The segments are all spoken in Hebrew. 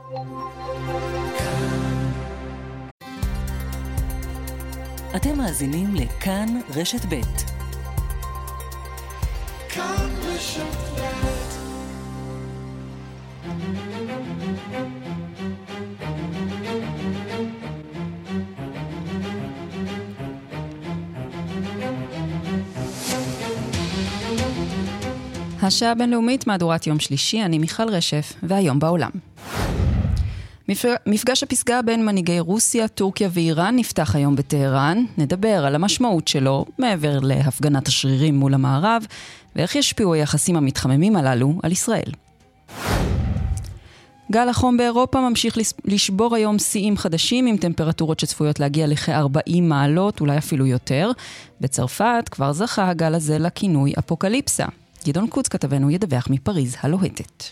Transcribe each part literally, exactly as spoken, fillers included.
אתם מאזינים לכאן רשת ב'. כאן רשת ב'. השעה הבינלאומית, מהדורת יום שלישי, אני מיכל רשף, והיום בעולם. מפגש הפסגה בין מנהיגי רוסיה, טורקיה ואיראן נפתח היום בטהרן. נדבר על המשמעות שלו מעבר להפגנת השרירים מול המערב, ואיך ישפיעו היחסים המתחממים הללו על ישראל. גל החום באירופה ממשיך לשבור היום שיאים חדשים עם טמפרטורות שצפויות להגיע לכ-ארבעים מעלות, אולי אפילו יותר. בצרפת כבר זכה הגל הזה לכינוי אפוקליפסה. גדעון קוץ כתבנו ידווח מפריז הלוהטת.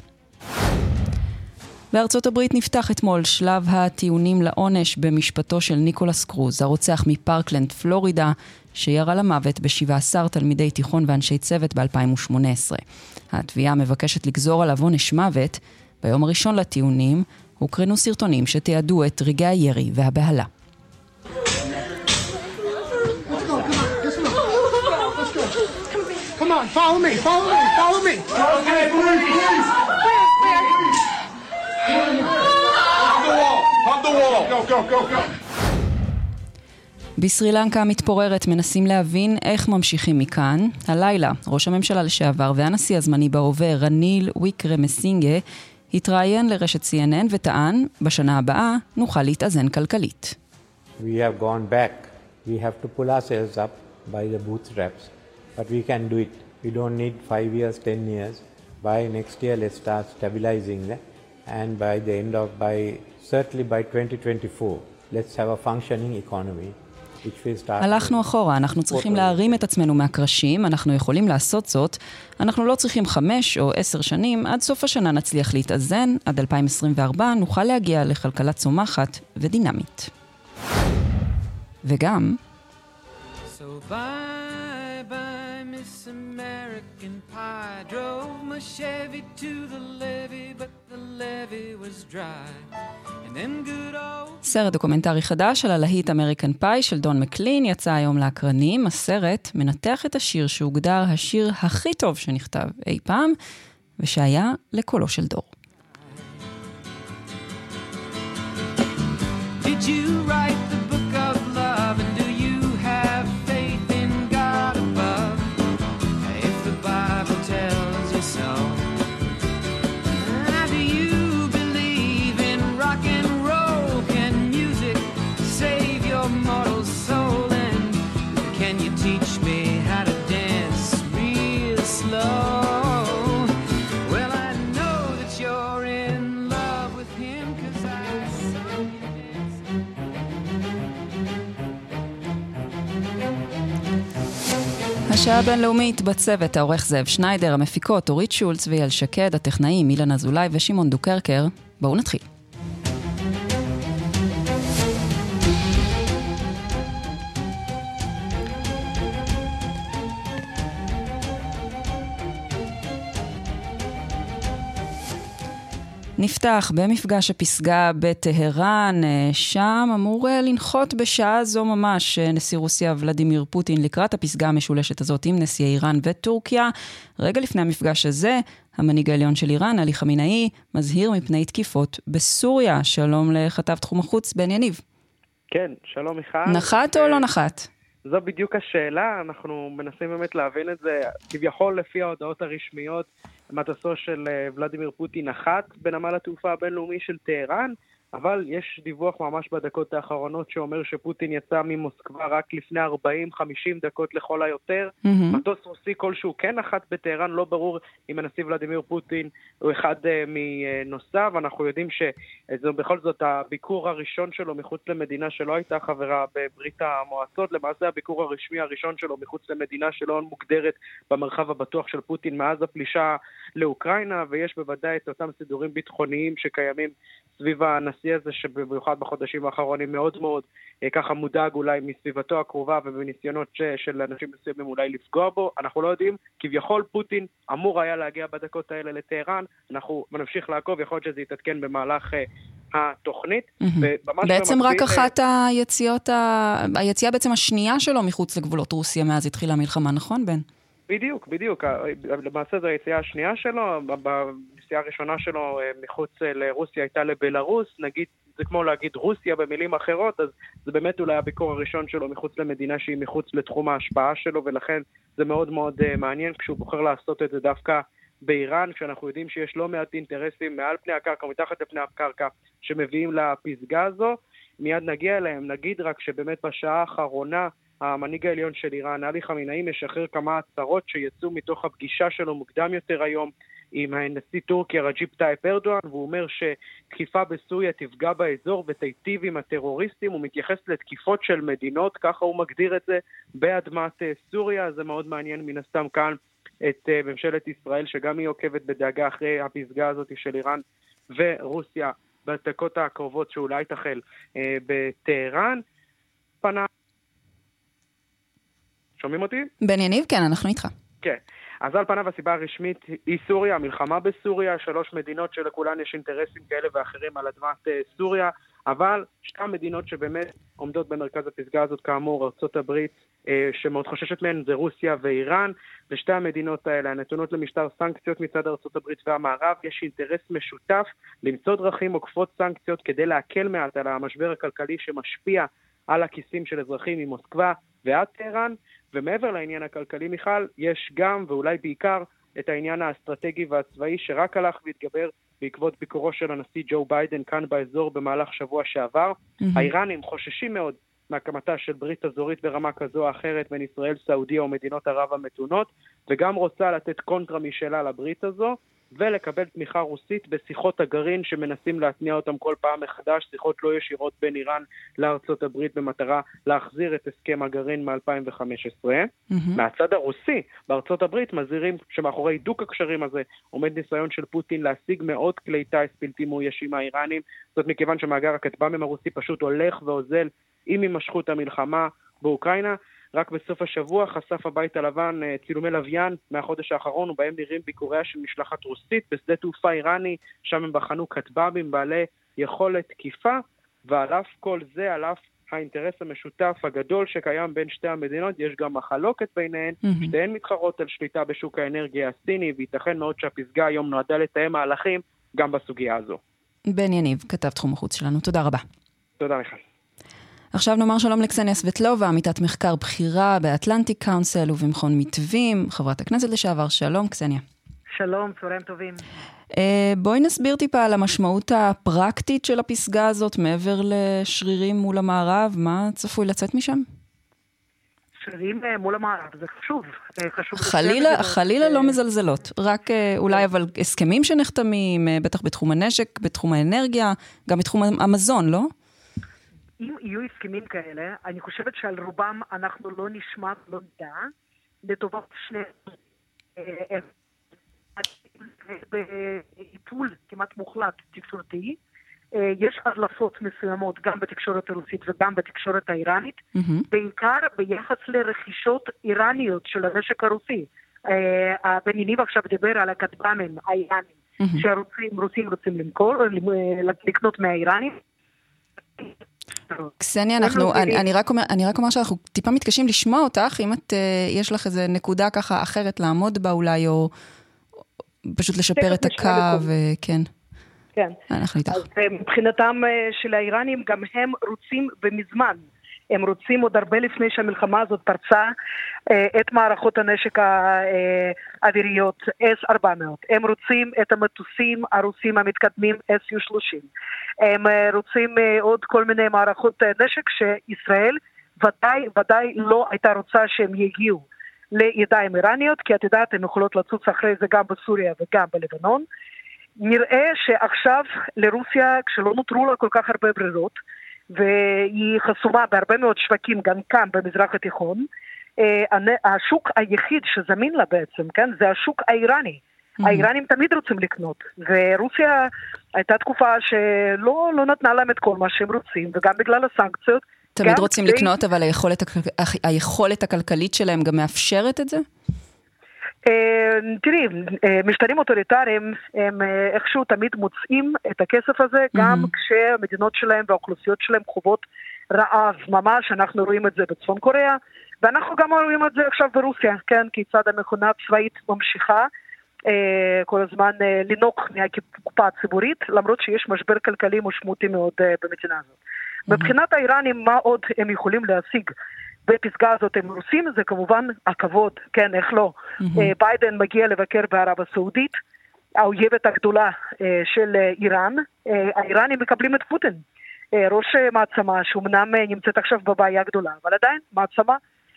בארצות הברית נפתח אתמול שלב הטיעונים לעונש במשפטו של ניקולס קרוז, הרוצח מפארקלנד, פלורידה, שירה למוות ב-שבעה עשר תלמידי תיכון ואנשי צוות ב-אלפיים ושמונה עשרה. התביעה מבקשת לגזור עליו עונש מוות. ביום הראשון לטיעונים הוקרנו סרטונים שתיעדו את רגעי הירי והבהלה. Come on, follow me, follow me, follow me. Okay, please, please. Hug the wall, hug the wall. Go, go, go, go. בסרילנקה המתפוררת מנסים להבין איך ממשיכים מכאן. הלילה, ראש הממשלה לשעבר והנשיא הזמני בהווה, רניל ויקרמסינגה, התראיין לרשת סי אן אן וטען, בשנה הבאה נוכל להתאזן כלכלית. We have gone back. We have to pull ourselves up by the bootstraps. But we can do it. We don't need five years, ten years. By next year, let's start stabilizing that. And by the end of, by certainly by twenty twenty-four, let's have a functioning economy. הלכנו אחורה, אנחנו צריכים להרים את עצמנו מהקרשים, אנחנו יכולים לעשות זאת, אנחנו לא צריכים חמש או עשר שנים, עד סוף השנה נצליח להתאזן, עד אלפיים עשרים וארבע נוכל להגיע לכלכלה צומחת ודינמית. וגם... So bye bye Miss American Pie, drove my Chevy to the levee, but the levee was dry. סרט דוקומנטרי חדש על הלהיט אמריקן פאי של דון מקלין יצא היום לאקרנים. הסרט מנתח את השיר שהוגדר השיר הכי טוב שנכתב אי פעם, ושהיה לקולו של דור. Did you write the book of love and do you have faith in God above? If the Bible tells you so. השעה הבינלאומית בצוות, העורך זאב שניידר, המפיקות אורית שולץ ויאל שקד, הטכנאים אילן אזולאי ושמעון דוקרקר. בואו נתחיל. נפתח במפגש הפסגה בטהרן, שם אמור לנחות בשעה זו ממש נשיא רוסיה ולדימיר פוטין לקראת הפסגה המשולשת הזאת עם נשיא איראן וטורקיה. רגע לפני המפגש הזה, המנהיג העליון של איראן, עלי חמינאי, מזהיר מפני תקיפות בסוריה. שלום לכתב תחום החוץ בן יניב. כן, שלום מיכל. נחת או לא נחת? זו בדיוק השאלה, אנחנו מנסים באמת להבין את זה, כביכול לפי ההודעות הרשמיות, מטוסו של ולדימיר פוטין נחת בנמל התעופה הבינלאומי של טהרן, אבל יש דיווח ממש בדקות האחרונות שאומר שפוטין יצא ממוסקבה רק לפני ארבעים חמישים דקות לכל היותר. Mm-hmm. מטוס רוסי כלשהו כן נחת בטהרן, לא ברור אם הנשיא ולדימיר פוטין הוא אחד uh, מנוסף. אנחנו יודעים שזה בכל זאת הביקור הראשון שלו מחוץ למדינה שלא הייתה חברה בברית המועצות, למעשה הביקור הרשמי הראשון שלו מחוץ למדינה שלא מוגדרת במרחב הבטוח של פוטין מאז הפלישה לאוקראינה, ויש בוודאי את אותם סידורים ביטחוניים שקיימים סביב הנשיא הזה, שבמיוחד בחודשים האחרונים מאוד מאוד ככה מודאג אולי מסביבתו הקרובה ובניסיונות ש, של אנשים מסוימים אולי לפגוע בו. אנחנו לא יודעים, כביכול פוטין אמור היה להגיע בדקות האלה לטהרן, אנחנו נמשיך לעקוב, יכול להיות שזה יתעדכן במהלך התוכנית. בעצם רק אחת היציאות, היציאה בעצם השנייה שלו מחוץ לגבולות רוסיה מאז התחילה המלחמה, נכון בן? בדיוק, בדיוק. למעשה זו היציאה השנייה שלו, בנסיעה הראשונה שלו מחוץ לרוסיה הייתה לבלרוס, נגיד, זה כמו להגיד רוסיה במילים אחרות, אז זה באמת אולי הביקור הראשון שלו מחוץ למדינה שהיא מחוץ לתחום ההשפעה שלו, ולכן זה מאוד מאוד מעניין כשהוא בוחר לעשות את זה דווקא באיראן, כשאנחנו יודעים שיש לא מעט אינטרסים מעל פני הקרקע, מתחת לפני הקרקע, שמביאים לפסגה הזו. מיד נגיע אליהם, נגיד רק שבאמת בשעה האחרונה, המנהיג העליון של איראן, עלי חמינאי, משחרר כמה הצהרות שיצאו מתוך הפגישה שלו מוקדם יותר היום עם נשיא טורקיה רג'יפ טייפ ארדואן, והוא אומר שתקיפה בסוריה תפגע באזור ותיטיב עם הטרוריסטים. הוא מתייחס לתקיפות של מדינות, ככה הוא מגדיר את זה, באדמת סוריה. זה מאוד מעניין מן הסתם כאן את ממשלת ישראל, שגם היא עוקבת בדאגה אחרי הפסגה הזאת של איראן ורוסיה בדקות הקרובות שאולי תחל בטהרן. פנה... שומעים אותי? בן יניב, כן, אנחנו איתך. כן. אז על פניו הסיבה הרשמית היא סוריה, המלחמה בסוריה, שלוש מדינות שלכולן יש אינטרסים כאלה ואחרים על אדמת סוריה, אבל שתי המדינות שבאמת עומדות במרכז הפסגה הזאת, כאמור, ארצות הברית, שמאוד חוששת מהן, זה רוסיה ואיראן, ושתי המדינות האלה, הנתונות למשטר סנקציות מצד ארצות הברית והמערב, יש אינטרס משותף למצוא דרכים עוקפות סנקציות כדי להקל מעט על המשבר הכלכלי שמשפיע על הכיסים של אזרחים ממוסקבה ועד טהרן. ומעבר לעניין הכלכלי, מיכל, יש גם, ואולי בעיקר, את העניין האסטרטגי והצבאי שרק הלך והתגבר בעקבות ביקורו של הנשיא ג'ו ביידן כאן באזור במהלך שבוע שעבר. Mm-hmm. האיראנים חוששים מאוד מהקמתה של ברית אזורית ברמה כזו או אחרת בין ישראל, סעודיה ומדינות ערב המתונות, וגם רוצה לתת קונטרה משלה לברית הזו, ולקבל תמיכה רוסית בשיחות הגרעין שמנסים להתניע אותם כל פעם מחדש, שיחות לא ישירות בין איראן לארצות הברית במטרה להחזיר את הסכם הגרעין מ-אלפיים וחמש עשרה. Mm-hmm. מהצד הרוסי, בארצות הברית מזהירים שמאחורי הידוק הקשרים הזה עומד ניסיון של פוטין להשיג מאות כלי טייס בלתי מאוישים האיראנים, זאת מכיוון שמאגר הכטב"מים הרוסי פשוט הולך ואוזל עם הימשכות המלחמה באוקראינה. רק בסוף השבוע חשף הבית הלבן צילומי לוויין מהחודש האחרון, ובהם נראים ביקוריה של משלחת רוסית בשדה תעופה איראני, שם הם בחנו כטב"מים בעלי יכולת תקיפה, ועל אף כל זה, על אף האינטרס המשותף הגדול שקיים בין שתי המדינות, יש גם מחלוקת ביניהן, mm-hmm. שתיהן מתחרות על שליטה בשוק האנרגיה הסיני, וייתכן מאוד שהפסגה היום נועדה לתאם מהלכים גם בסוגיה הזו. בן יניב, כתב תחום החוץ שלנו, תודה רבה. תודה מיכל. עכשיו נאמר שלום לקסניה סבטלובה, עמיתת מחקר בכירה באטלנטיק קאונסל ובמכון מתווים, חברת הכנסת לשעבר. שלום קסניה. שלום, צהריים טובים. בואי נסביר טיפה על המשמעות הפרקטית של הפסגה הזאת מעבר לשרירים מול המערב, מה צפוי לצאת משם? שרירים מול המערב, זה חשוב. חשוב חלילה, חלילה לא מזלזלות, רק אולי אבל הסכמים שנחתמים, בטח בתחום הנשק, בתחום האנרגיה, גם בתחום המזון, לא? אם יהיו הסכמים כאלה, אני חושבת שעל רובם אנחנו לא נשמע, לא נדע, לטובת שני... בעיתול כמעט מוחלט תקשורתי, יש הדלפות מסוימות גם בתקשורת הרוסית וגם בתקשורת האיראנית, בעיקר ביחס לרכישות איראניות של הנשק הרוסי. בן יניב עכשיו דיבר על הכטב"מים האיראנים, שהרוסים רוצים למכור, לקנות מהאיראנים. קסניה, אנחנו, אני, אני רק אומר, אני רק אומר שאנחנו טיפה מתקשים לשמוע אותך, אם את, יש לך איזה נקודה ככה אחרת לעמוד בה אולי, או פשוט לשפר את הקו, כן. כן. אנחנו איתך. אז מבחינתם של האיראנים, גם הם רוצים במזמן, הם רוצים עוד הרבה לפני שהמלחמה הזאת פרצה, את מערכות הנשק האוויריות אס ארבע מאות. הם רוצים את המטוסים הרוסים המתקדמים אס יו שלושים. הם רוצים עוד כל מיני מערכות נשק שישראל ודאי, ודאי לא הייתה רוצה שהם יגיעו לידיים איראניות, כי את יודעת, הן יכולות לצוץ אחרי זה גם בסוריה וגם בלבנון. נראה שעכשיו לרוסיה, כשלא נותרו לה כל כך הרבה ברירות, והיא חסומה בהרבה מאוד שווקים גם כאן במזרח התיכון, השוק היחיד שזמין לה בעצם, כן, זה השוק האיראני. האיראנים תמיד רוצים לקנות, ורוסיה הייתה תקופה שלא לא נתנה להם את כל מה שהם רוצים, וגם בגלל הסנקציות. תמיד רוצים כדי... לקנות, אבל היכולת, היכולת הכלכלית שלהם גם מאפשרת את זה? תראי, משטרים אוטוריטריים הם איכשהו תמיד מוצאים את הכסף הזה, גם כשהמדינות שלהם והאוכלוסיות שלהם חוות רעב ממש. אנחנו רואים את זה בצפון קוריאה, ואנחנו גם רואים את זה עכשיו ברוסיה, כן, כיצד המכונה הצבאית ממשיכה כל הזמן לנוק מהקופה הציבורית, למרות שיש משבר כלכלי משמעותי מאוד במדינה הזאת. מבחינת האיראנים, מה עוד הם יכולים להשיג בפסגה הזאת הם רוסים? זה כמובן הכבוד, כן, איך לא. ביידן מגיע לבקר בערב הסעודית, האויבת הגדולה של איראן, האיראנים מקבלים את פוטין, ראש מעצמה שאומנם נמצאת עכשיו בבעיה גדולה, אבל עדיין מעצמה.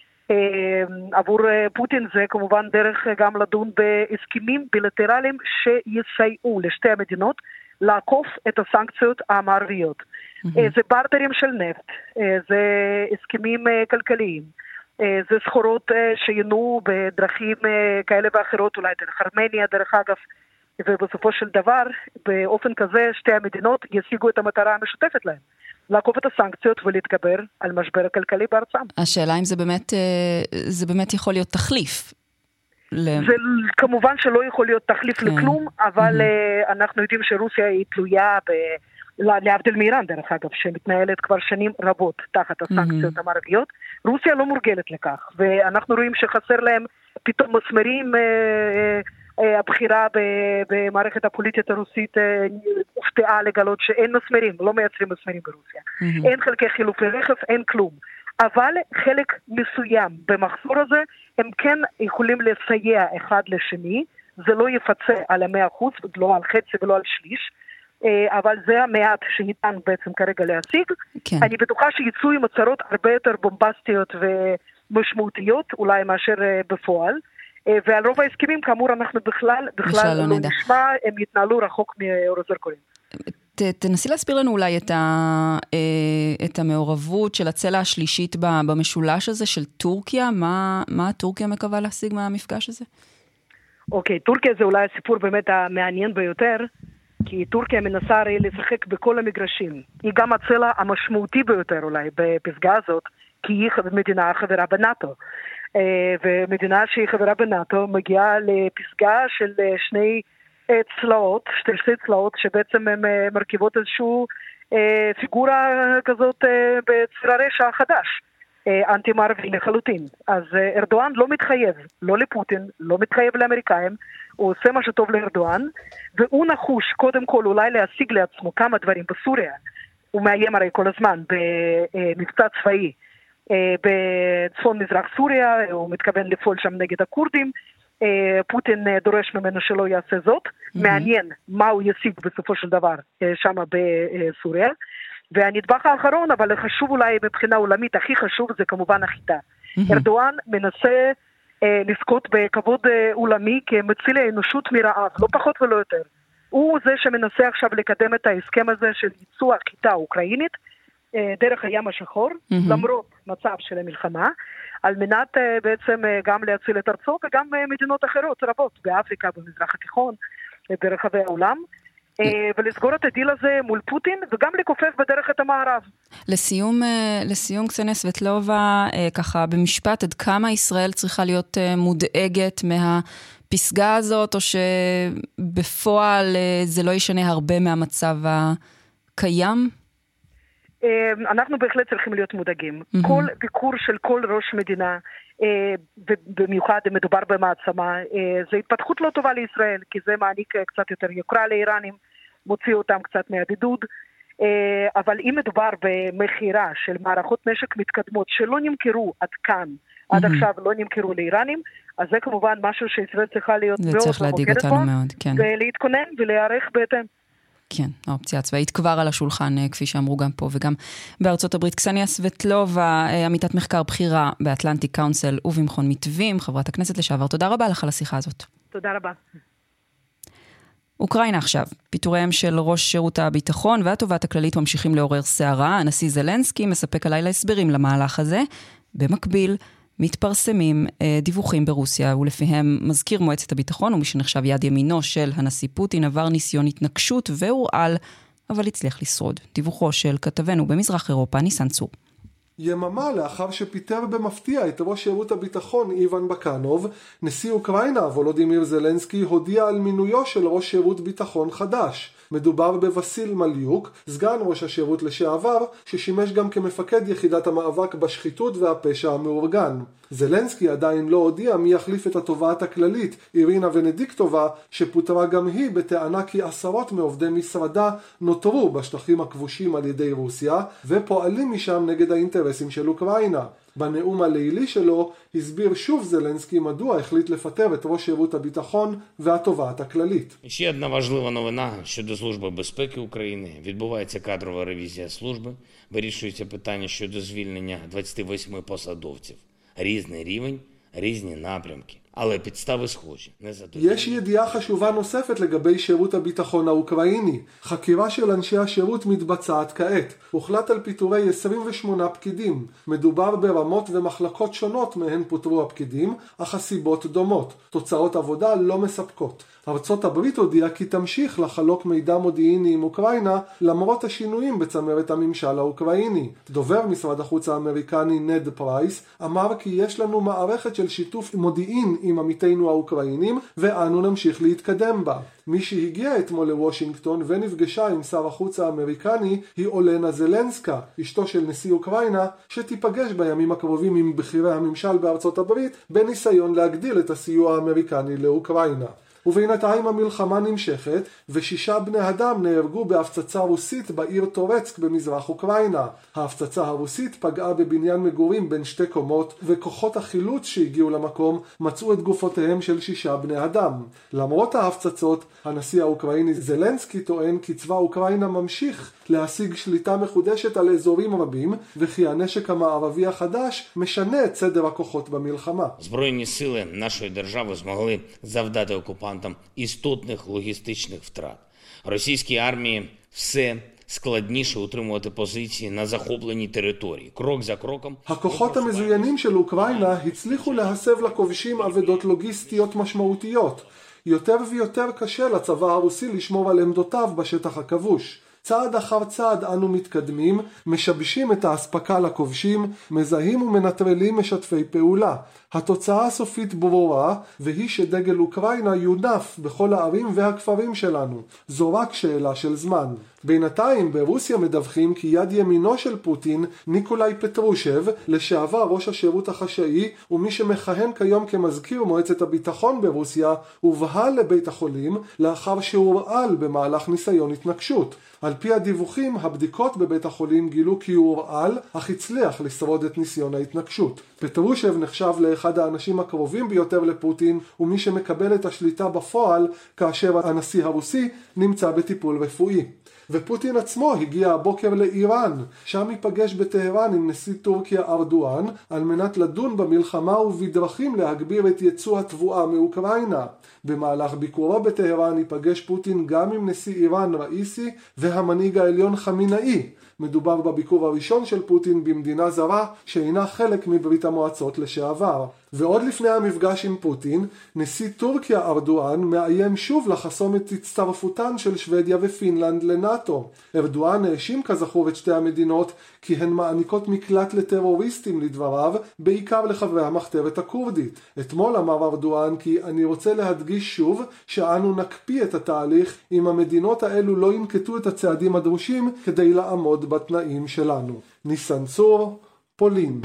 עבור פוטין זה כמובן דרך גם לדון בהסכמים בילטרליים שיסייעו לשתי המדינות לעקוף את הסנקציות המערביות. זה ברטרים של נפט, זה הסכמים כלכליים, זה סחורות שינו בדרכים כאלה ואחרות, אולי דרך ארמניה, דרך אגב, ובסופו של דבר, באופן כזה שתי המדינות ישיגו את המטרה המשותפת להם, לעקוף את הסנקציות ולהתגבר על משבר הכלכלי בארצם. השאלה אם זה באמת, זה באמת יכול להיות תחליף. זה כמובן שלא יכול להיות תחליף לכלום, אבל אנחנו יודעים שרוסיה היא תלויה ב... להבדיל מאיראן דרך אגב, שמתנהלת כבר שנים רבות תחת הסנקציות המערביות. רוסיה לא מורגלת לכך, ואנחנו רואים שחסר להם פתאום מסמרים. הבחירה במערכת הפוליטית הרוסית הופתעה לגלות שאין מסמרים, לא מייצרים מסמרים ברוסיה. אין חלקי חילופי רכב, אין כלום. אבל חלק מסוים במחסור הזה, הם כן יכולים לסייע אחד לשני, זה לא יפצה על המאה אחוז, לא על חצי ולא על שליש, אבל זה המעט שניתן בעצם כרגע להשיג. כן. אני בטוחה שיצאו עם הצהרות הרבה יותר בומבסטיות ומשמעותיות, אולי מאשר בפועל, ועל רוב ההסכמים, כאמור, אנחנו בכלל, בכלל לא, לא נשמע, הם יתנהלו רחוק מאור הזרקורים. ת, תנסי להסביר לנו אולי את, ה, את המעורבות של הצלע השלישית במשולש הזה של טורקיה, מה, מה טורקיה מקווה להשיג מהמפגש הזה? אוקיי, טורקיה זה אולי הסיפור באמת המעניין ביותר, כי טורקיה מנסה הרי לשחק בכל המגרשים. היא גם הצלע המשמעותי ביותר אולי בפסגה הזאת, כי היא מדינה חברה בנאטו. ומדינה שהיא חברה בנאטו מגיעה לפסגה של שני צלעות, שתי צלעות שבעצם הן מרכיבות איזושהי פיגורה כזאת בציר הרשע החדש, אנטי-מערבי לחלוטין. אז ארדואן לא מתחייב, לא לפוטין, לא מתחייב לאמריקאים, הוא עושה מה שטוב לארדואן, והוא נחוש קודם כל אולי להשיג לעצמו כמה דברים בסוריה, הוא מאיים הרי כל הזמן במבצע צבאי, בצפון מזרח סוריה, הוא מתכוון לפעול שם נגד הכורדים, פוטין דורש ממנו שלא יעשה זאת, מעניין מה הוא ישיג בסופו של דבר שם בסוריה, והנדבך האחרון, אבל חשוב אולי מבחינה עולמית, הכי חשוב זה כמובן החיטה. ארדואן מנסה לזכות בכבוד עולמי כמציל האנושות מרעב, לא פחות ולא יותר. הוא זה שמנסה עכשיו לקדם את ההסכם הזה של ייצוא החיטה האוקראינית, דרך הים השחור, mm-hmm. למרות מצב של המלחמה, על מנת בעצם גם להציל את ארצו וגם מדינות אחרות רבות, באפריקה, במזרח התיכון, ברחבי העולם, ולסגור את הדיל הזה מול פוטין, וגם לכופף בדרך את המערב. לסיום, לסיום קסניה סבטלובה, ככה במשפט, עד כמה ישראל צריכה להיות מודאגת מהפסגה הזאת, או שבפועל זה לא ישנה הרבה מהמצב הקיים? אנחנו בהחלט צריכים להיות מודאגים. Mm-hmm. כל ביקור של כל ראש מדינה, ובמיוחד אם מדובר במעצמה, זה התפתחות לא טובה לישראל, כי זה מעניק קצת יותר יוקרה לאיראנים, מוציא אותם קצת מהבידוד, אבל אם מדובר במחירה של מערכות נשק מתקדמות שלא נמכרו עד כאן, mm-hmm. עד עכשיו לא נמכרו לאיראנים, אז זה כמובן משהו שישראל צריכה להיות מאוד ממוקדת בו, כן. ולהתכונן ולהיערך בהתאם. כן, האופציה הצבאית כבר על השולחן, כפי שאמרו גם פה וגם בארצות הברית. קסניה סבטלובה, עמיתת מחקר בחירה באטלנטיק קאונסל ובמכון מתווים, חברת הכנסת לשעבר, תודה רבה לך על השיחה הזאת. תודה רבה. אוקראינה עכשיו, פיטוריהם של ראש שירות הביטחון והתובעת הכללית ממשיכים לעורר סערה. הנשיא זלנסקי מספק הלילה הסברים למהלך הזה. במקביל, מתפרסמים דיווחים ברוסיה, ולפיהם מזכיר מועצת הביטחון, ומי שנחשב יד ימינו של הנשיא פוטין, עבר ניסיון התנקשות והורעל, אבל הצליח לשרוד. דיווחו של כתבנו במזרח אירופה, ניסן צור. יממה לאחר שפיטר במפתיע את ראש שירות הביטחון איוון בקנוב, נשיא אוקראינה וולודימיר זלנסקי הודיע על מינויו של ראש שירות ביטחון חדש. מדובר בווסיל מליוק, סגן ראש השירות לשעבר, ששימש גם כמפקד יחידת המאבק בשחיתות והפשע המאורגן. זלנסקי עדיין לא הודיע מי יחליף את התובעת הכללית, אירינה ונדיקטובה, שפוטרה גם היא בטענה כי עשרות מעובדי משרדה נותרו בשטחים הכבושים על ידי רוסיה, ופועלים משם נגד האינטרסים של אוקראינה. בנאום הלילי שלו הסביר שוב זלנסקי מדוע החליט לפטר את ראש שירות הביטחון והתובעת הכללית. Ще одна важлива новина щодо Служби безпеки України. Відбувається кадрова ревізія служби, вирішується питання щодо звільнення двадцяти восьми посадовців. Різний рівень, різні напрямки. Але підстави схожі. יש ידיעה חשובה נוספת לגבי שירות הביטחון האוקראיני. חקירה של אנשי השירות מתבצעת כעת. הוחלט על פיטורי עשרים ושמונה פקידים. מדובר ברמות ומחלקות שונות מהן פוטרו הפקידים, אך הסיבות דומות. תוצאות עבודה לא מספקות. ארצות הברית הודיעה כי תמשיך לחלוק מידע מודיעיני עם אוקראינה למרות השינויים בצמרת הממשל האוקראיני. דובר משרד החוץ האמריקני נד פרייס אמר כי יש לנו מערכת של שיתוף מודיעין עם עמיתינו האוקראינים ואנו נמשיך להתקדם בה. מי שהגיעה אתמול לוושינגטון ונפגשה עם שר החוץ האמריקני היא אולנה זלנסקה, אשתו של נשיא אוקראינה, שתיפגש בימים הקרובים עם בכירי הממשל בארצות הברית בניסיון להגדיל את הסיוע האמריקני לאוקראינה. ובינתיים המלחמה נמשכת, ושישה בני אדם נהרגו בהפצצה רוסית בעיר טורצק במזרח אוקראינה. ההפצצה הרוסית פגעה בבניין מגורים בין שתי קומות, וכוחות החילוץ שהגיעו למקום מצאו את גופותיהם של שישה בני אדם. למרות ההפצצות, הנשיא האוקראיני זלנסקי טוען כי צבא אוקראינה ממשיך להשיג שליטה מחודשת על אזורים רבים, וכי הנשק המערבי החדש משנה את סדר הכוחות במלחמה. Збройні сили нашої держави змогли завдати окупантам істотних логістичних втрат. Російській армії все складніше утримувати позиції на захопленій території. Крок за кроком. הכוחות המזוינים של אוקראינה הצליחו להסב לכובשים עבודות לוגיסטיות משמעותיות. יותר ויותר קשה לצבא הרוסי לשמור על עמדותיו בשטח הכבוש. צעד אחר צעד אנו מתקדמים, משבשים את האספקה לכובשים, מזהים ומנטרלים משתפי פעולה. התוצאה הסופית ברורה, והיא שדגל אוקראינה יונף בכל הערים והכפרים שלנו. זו רק שאלה של זמן. בינתיים ברוסיה מדווחים כי יד ימינו של פוטין, ניקולאי פטרושב, לשעבר ראש השירות החשאי ומי שמכהן כיום כמזכיר מועצת הביטחון ברוסיה, הובהל לבית החולים לאחר שהורעל במהלך ניסיון התנקשות. על פי הדיווחים, הבדיקות בבית החולים גילו כי הוא הורעל, אך הצליח לשרוד את ניסיון ההתנקשות. פטרושב נחשב לאחד האנשים הקרובים ביותר לפוטין, ומי שמקבל את השליטה בפועל כאשר הנשיא הרוסי נמצא בטיפול רפואי. ופוטין עצמו הגיע הבוקר לאיראן, שם ייפגש בטהרן עם נשיא טורקיה ארדואן, על מנת לדון במלחמה ובדרכים להגביר את ייצוא התבואה מאוקראינה. במהלך ביקורו בטהרן ייפגש פוטין גם עם נשיא איראן ראיסי והמנהיג העליון חמינאי. מדובר בביקור הראשון של פוטין במדינה זרה שאינה חלק מברית המועצות לשעבר. ועוד לפני המפגש עם פוטין, נשיא טורקיה ארדואן מאיים שוב לחסום את הצטרפותן של שוודיה ופינלנד לנאטו. ארדואן האשים כזכור את שתי המדינות כי הן מעניקות מקלט לטרוריסטים לדבריו, בעיקר לחברי המחתרת הכורדית. אתמול אמר ארדואן כי אני רוצה להדגיש שוב שאנו נקפיא את התהליך אם המדינות האלו לא ינקטו את הצעדים הדרושים כדי לעמוד בתנאים שלנו. ניסן צור, פולין.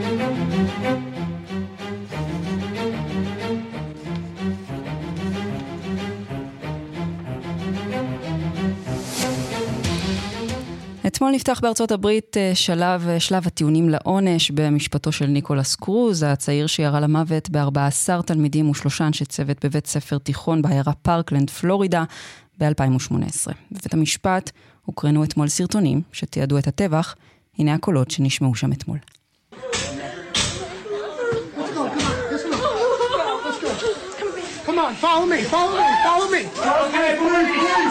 אתמול נפתח בארצות הברית שלב, שלב הטיעונים לעונש במשפטו של ניקולס קרוז, הצעיר שירה למוות ב-ארבעה עשר תלמידים ושלושה אנשי צוות בבית ספר תיכון בעיירה פארקלנד, פלורידה, ב-אלפיים ושמונה עשרה. בבית המשפט הוקרנו אתמול סרטונים שתיעדו את הטבח, הנה הקולות שנשמעו שם אתמול. Come on, follow me, follow me, follow me. Okay, please, please.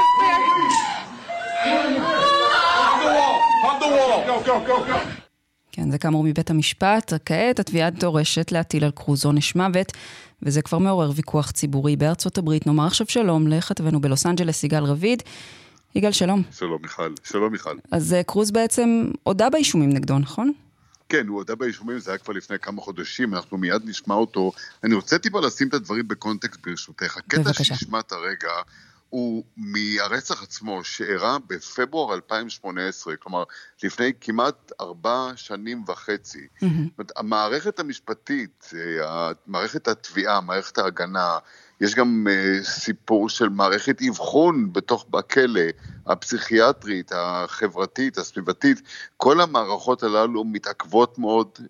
Hug the wall, hug the wall. Go, go, go, go. כן, זה כאמור מבית המשפט. כעת התביעה דורשת להטיל על קרוז עונש מוות, וזה כבר מעורר ויכוח ציבורי בארצות הברית. נאמר עכשיו שלום לכתבנו בלוס אנג'לס, יגאל רביד. יגאל, שלום. שלום מיכל, שלום מיכל. אז קרוז בעצם הודה באישומים נגדו, נכון? כן, הוא הודה באישומים, זה היה כבר לפני כמה חודשים, אנחנו מיד נשמע אותו. אני רוצה טיפה לשים את הדברים בקונטקסט ברשותך. הקטע שנשמעת הרגע הוא מהרצח עצמו, שאירע בפברואר אלפיים שמונה עשרה, כלומר, לפני כמעט ארבע שנים וחצי. Mm-hmm. המערכת המשפטית, מערכת התביעה, מערכת ההגנה, יש גם uh, סיפור של מערכת אבחון בתוך בכלא, הפסיכיאטרית, החברתית, הסביבתית, כל המערכות הללו מתעכבות מאוד, uh,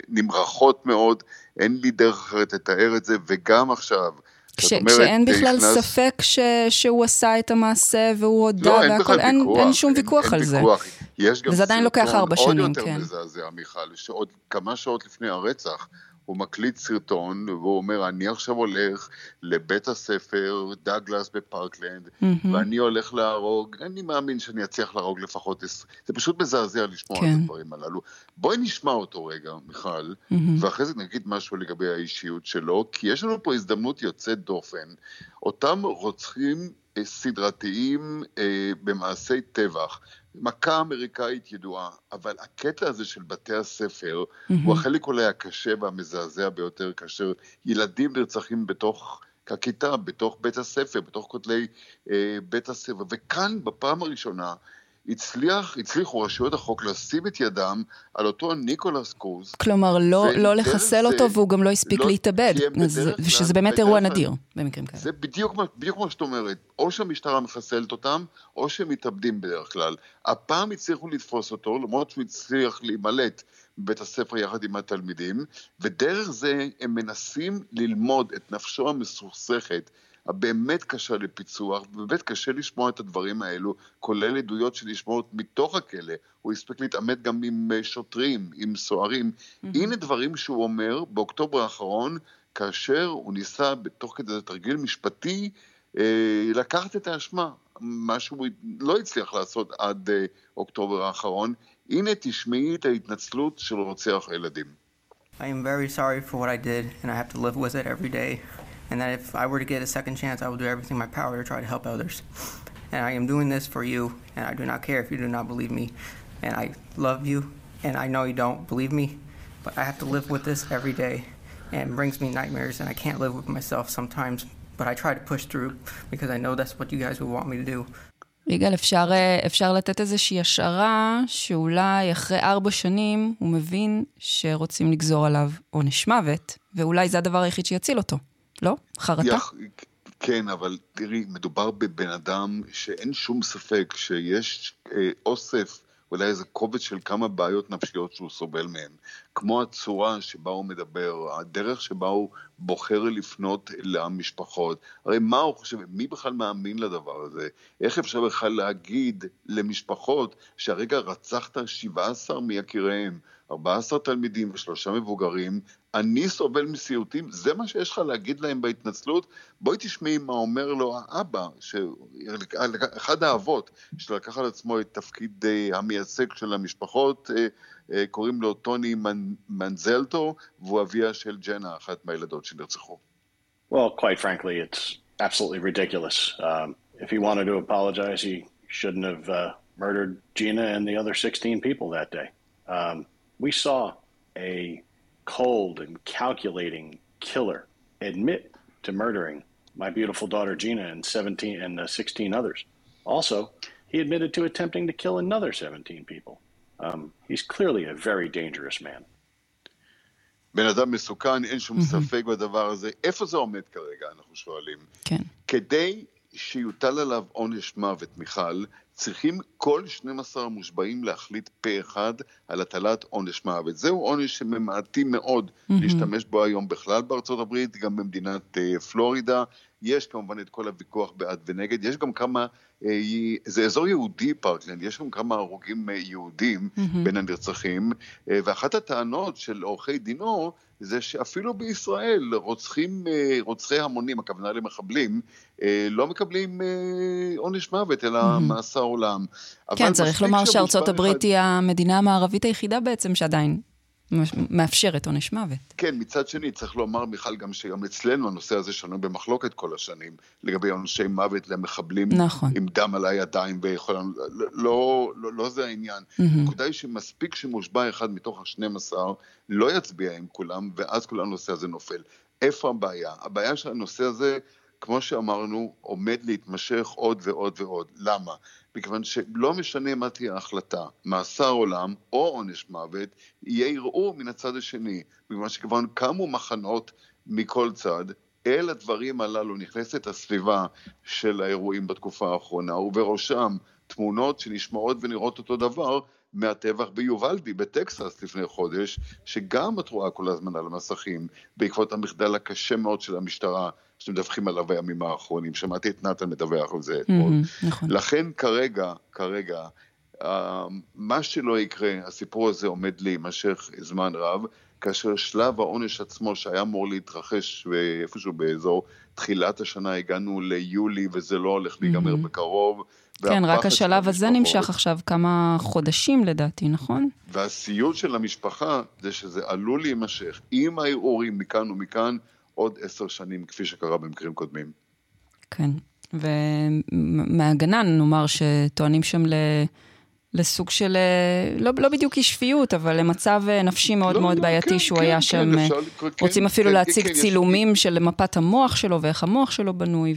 נמרחות מאוד, אין לי דרך אחרת לתאר את זה, וגם עכשיו, כש, אומרת, כשאין בכלל נכנס... ספק ש, שהוא עשה את המעשה והוא הודה, לא, והכל, אין, ויכוח, אין שום ויכוח אין, על אין זה. ויכוח. יש גם וזה עדיין לוקח ארבע שנים, עוד יותר כן. מזעזע, מיכל, שעוד כמה שעות לפני הרצח, הוא מקליט סרטון, והוא אומר, אני עכשיו הולך לבית הספר, דאגלס בפארקלנד, mm-hmm. ואני הולך להרוג, אני מאמין שאני אצליח להרוג לפחות, זה פשוט מזעזע לשמוע כן. את הדברים הללו. בואי נשמע אותו רגע, מיכל, mm-hmm. ואחרי זה נגיד משהו לגבי האישיות שלו, כי יש לנו פה הזדמנות יוצאת דופן, אותם רוצחים סדרתיים אה, במעשי טבח, מכה אמריקאית ידועה, אבל הקטע הזה של בתי הספר, mm-hmm. הוא החלק אולי הקשה והמזעזע ביותר, כאשר ילדים נרצחים בתוך הכיתה, בתוך בית הספר, בתוך כותלי אה, בית הספר, וכאן בפעם הראשונה, הצליח, הצליחו רשויות החוק לשים את ידם על אותו ניקולס קרוז. כלומר, לא, לא לחסל זה, אותו, והוא גם לא הספיק לא, להתאבד, שזה באמת אירוע נדיר, במקרים כאלה. זה בדיוק, בדיוק מה שאת אומרת, או שהמשטרה מחסלת אותם, או שהם מתאבדים בדרך כלל. הפעם הצליחו לתפוס אותו, למרות שהוא הצליח להימלט בבית הספר יחד עם התלמידים, ודרך זה הם מנסים ללמוד את נפשו המסוכסכת, הבאמת קשה לפיצוח, ובאמת קשה לשמוע את הדברים האלו, כולל עדויות שנשמעות מתוך הכלא, הוא הספק להתעמת גם עם שוטרים, עם סוהרים. Mm-hmm. הנה דברים שהוא אומר באוקטובר האחרון, כאשר הוא ניסה בתוך כדי תרגיל משפטי, אה, לקחת את האשמה, מה שהוא לא הצליח לעשות עד אה, אוקטובר האחרון. הנה תשמעי את ההתנצלות של רוצח הילדים. I am very sorry for what I did, and I have to live with it every day. And that if I were to get a second chance, I will do everything in my power to try to help others. And I am doing this for you, and I do not care if you do not believe me. And I love you, and I know you don't believe me, but I have to live with this every day. And it brings me nightmares, and I can't live with myself sometimes, but I try to push through because I know that's what you guys would want me to do. יגאל, אפשר, אפשר לתת איזושהי השערה שאולי אחרי ארבע שנים הוא מבין שרוצים לגזור עליו עונש מוות, ואולי זה הדבר היחיד שיציל אותו. לא? חרטה? יח, כן, אבל תראי, מדובר בבן אדם שאין שום ספק שיש אה, אוסף, אולי איזה קובץ של כמה בעיות נפשיות שהוא סובל מהן. כמו הצורה שבה הוא מדבר, הדרך שבה הוא בוחר לפנות למשפחות. הרי מה הוא חושב, מי בכלל מאמין לדבר הזה? איך אפשר בכלל להגיד למשפחות שהרגע רצחת שבעה עשר מיקיריהם, ארבעה עשר תלמידים ושלושה מבוגרים, אני סובל מסיוטים, זה מה שיש לך להגיד להם בהתנצלות? בואי תשמעי מה אומר לו האבא, אחד האבות שלקח על עצמו את תפקיד המייצג של המשפחות, קוראים לו טוני מנזלטו, והוא אביה של ג'נה, אחת מהילדות שנרצחו. Well, quite frankly, it's absolutely ridiculous. Um, if he wanted to apologize, he shouldn't have uh, murdered Gina and the other sixteen people that day. Um, we saw a cold and calculating killer admit to murdering my beautiful daughter Gina and seventeen and uh, sixteen others. Also, he admitted to attempting to kill another seventeen people. Um, he's clearly a very dangerous man. בן אדם מסוכן, אין שום ספק בדבר הזה. איפה זה עומד כרגע, אנחנו שואלים? כן. כדי שיוטל עליו עונש מוות, מיכל, צריכים כל שנים עשר המושבעים להחליט פה אחד על הטלת עונש מוות. זהו עונש שממעטים מאוד mm-hmm. להשתמש בו היום בכלל בארצות הברית, גם במדינת uh, פלורידה. יש כמובן את כל הוויכוח בעד ונגד, יש גם כמה, זה אזור יהודי פארקלנד, יש גם כמה הרוגים יהודים mm-hmm. בין הנרצחים, ואחת הטענות של עורכי דינו, זה שאפילו בישראל רוצחים, רוצחי המונים, הכוונה למחבלים, לא מקבלים עונש מוות, אלא mm-hmm. מאסר עולם. כן, צריך לומר שארצות הברית היא המדינה המערבית היחידה בעצם שעדיין מאפשרת עונש מוות. כן, מצד שני, צריך לומר, מיכל, גם שגם אצלנו הנושא הזה שנוי במחלוקת כל השנים, לגבי עונשי מוות למחבלים נכון. עם דם על הידיים ויכול... לא, לא, לא, לא זה העניין. הנקודה היא שמספיק שמושבע אחד מתוך ה-שנים עשר, לא יצביע עם כולם, ואז כל הנושא הזה נופל. איפה הבעיה? הבעיה שהנושא הזה, כמו שאמרנו, עומד להתמשך עוד ועוד ועוד. למה? מכיוון שלא משנה מה תהיה ההחלטה, מאסר עולם או עונש מוות, יהיה ערעור מן הצד השני, מכיוון שכבר קמו מחנות מכל צד, אל הדברים הללו נכנסת הסביבה של האירועים בתקופה האחרונה, ובראשם תמונות שנשמעות ונראות אותו דבר, מהטבח ביובלדי בטקסס לפני חודש, שגם את רואה כל הזמן על המסכים, בעקבות המחדל הקשה מאוד של המשטרה, שמדווחים עליו הימים האחרונים, שמעתי את נתן מדווח על זה אתמול. Mm-hmm, נכון. לכן כרגע, כרגע, מה שלא יקרה, הסיפור הזה עומד להימשך זמן רב, כאשר שלב העונש עצמו שהיה אמור להתרחש איפשהו באזור תחילת השנה, הגענו ליולי וזה לא הולך להיגמר mm-hmm. בקרוב. כן, רק השלב הזה נמשך עכשיו כמה חודשים לדעתי, נכון? והסיוט של המשפחה זה שזה עלול להימשך עם הערעורים מכאן ומכאן עוד עשר שנים כפי שקרה במקרים קודמים. כן, ומהגנה נאמר שטוענים שם ל... לסוג של, לא, לא בדיוק אי-שפיות, אבל למצב נפשי מאוד לא, מאוד לא, בעייתי כן, שהוא כן, היה כן, שם, אפשר, רוצים כן, אפילו כן, להציג כן, צילומים יש... של מפת המוח שלו, ואיך המוח שלו בנוי,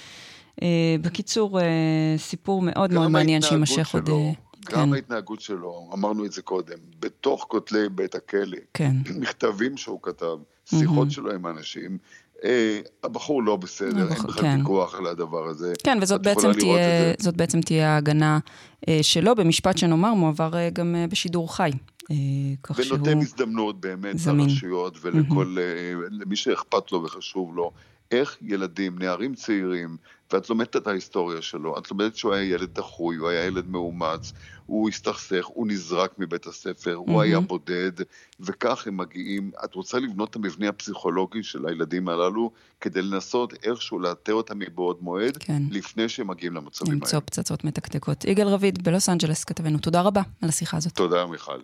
ובקיצור, סיפור מאוד מאוד מעניין שימשך עוד... גם כן. ההתנהגות שלו, אמרנו את זה קודם, בתוך כותלי בית הכלא, כן. מכתבים שהוא כתב, שיחות mm-hmm. שלו עם אנשים, אה, הבחור לא בסדר, הבחור, אין בכלל כן. פיקוח על הדבר הזה. כן, וזאת בעצם תהיה, זאת בעצם תהיה ההגנה אה, שלו, במשפט שנאמר, מועבר אה, גם אה, בשידור חי. אה, כך ונותן שהוא... הזדמנות באמת זמין. לרשויות ולכל, mm-hmm. אה, למי שאכפת לו וחשוב לו, איך ילדים, נערים צעירים, ואת לומדת את ההיסטוריה שלו, את לומדת שהוא היה ילד דחוי, הוא היה ילד מאומץ, הוא הסתכסך, הוא נזרק מבית הספר, mm-hmm. הוא היה בודד, וכך הם מגיעים, את רוצה לבנות את המבנה הפסיכולוגי של הילדים הללו, כדי לנסות איכשהו לאתר אותם מבעוד מועד, כן. לפני שהם מגיעים למצבים האלה. למצוא פצצות מתקתקות. יגאל רביד, בלוס אנג'לס, כתבנו. תודה רבה על השיחה הזאת. תודה, מיכל.